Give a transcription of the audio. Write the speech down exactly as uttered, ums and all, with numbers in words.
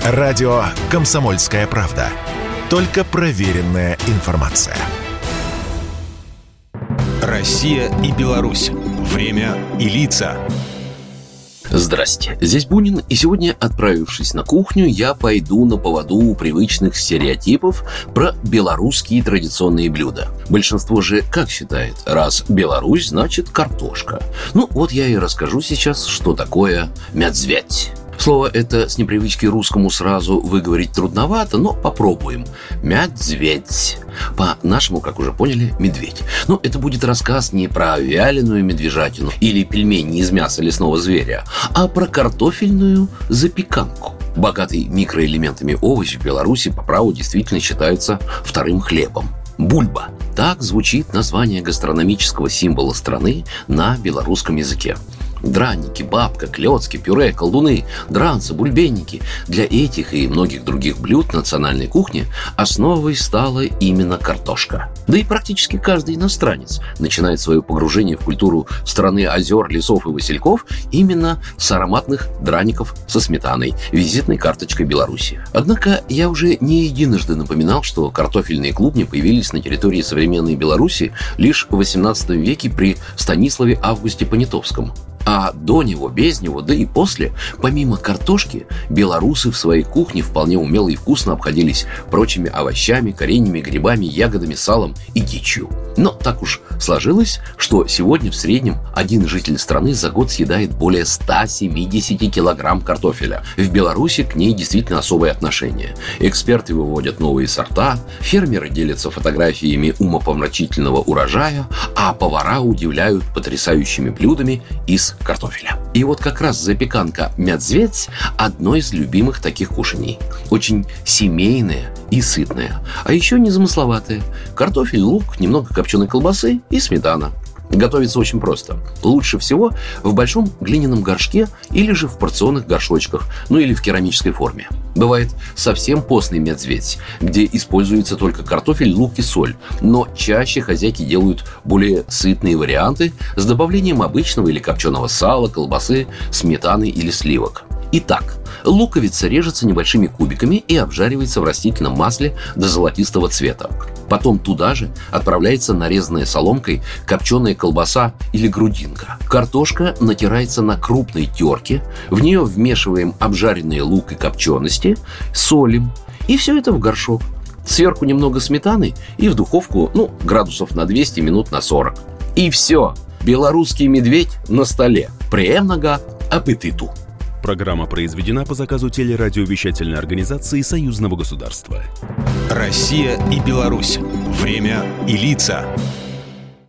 Радио «Комсомольская правда». Только проверенная информация. Россия и Беларусь. Время и лица. Здрасте, здесь Бунин, и сегодня, отправившись на кухню, я пойду на поводу у привычных стереотипов про белорусские традиционные блюда. Большинство же как считает, раз Беларусь, значит картошка. Ну вот я и расскажу сейчас, что такое мядзвядь. Слово это с непривычки русскому сразу выговорить трудновато, но попробуем. Мядзвядь. По-нашему, как уже поняли, медведь. Но это будет рассказ не про вяленую медвежатину или пельмени из мяса лесного зверя, а про картофельную запеканку. Богатый микроэлементами овощ в Беларуси по праву действительно считается вторым хлебом. Бульба. Так звучит название гастрономического символа страны на белорусском языке. Драники, бабка, клёцки, пюре, колдуны, дранцы, бульбенники. Для этих и многих других блюд национальной кухни основой стала именно картошка. Да и практически каждый иностранец начинает свое погружение в культуру страны озер, лесов и васильков именно с ароматных драников со сметаной, визитной карточкой Беларуси. Однако я уже не единожды напоминал, что картофельные клубни появились на территории современной Беларуси лишь в восемнадцатом веке при Станиславе Августе Понятовском. А до него, без него, да и после, помимо картошки, белорусы в своей кухне вполне умело и вкусно обходились прочими овощами, кореньями, грибами, ягодами, салом и дичью. Но так уж сложилось, что сегодня в среднем один житель страны за год съедает более ста семидесяти килограмм картофеля. В Беларуси к ней действительно особое отношение. Эксперты выводят новые сорта, фермеры делятся фотографиями умопомрачительного урожая, а повара удивляют потрясающими блюдами из картофеля. И вот как раз запеканка мядзвядь – одно из любимых таких кушаний. Очень семейное и сытное, а еще незамысловатое. Картофель, лук, немного копченой колбасы и сметана. Готовится очень просто. Лучше всего в большом глиняном горшке или же в порционных горшочках, ну или в керамической форме. Бывает совсем постный мядзвядь, где используется только картофель, лук и соль, но чаще хозяйки делают более сытные варианты с добавлением обычного или копченого сала, колбасы, сметаны или сливок. Итак, луковица режется небольшими кубиками и обжаривается в растительном масле до золотистого цвета. Потом туда же отправляется нарезанная соломкой копченая колбаса или грудинка. Картошка натирается на крупной терке, в нее вмешиваем обжаренный лук и копчености, солим, и все это в горшок. Сверху немного сметаны и в духовку, ну, градусов на двести, минут на сорок. И все, белорусский медведь на столе. Приемного аппетиту! Программа произведена по заказу телерадиовещательной организации Союзного государства. Россия и Беларусь. Время и лица.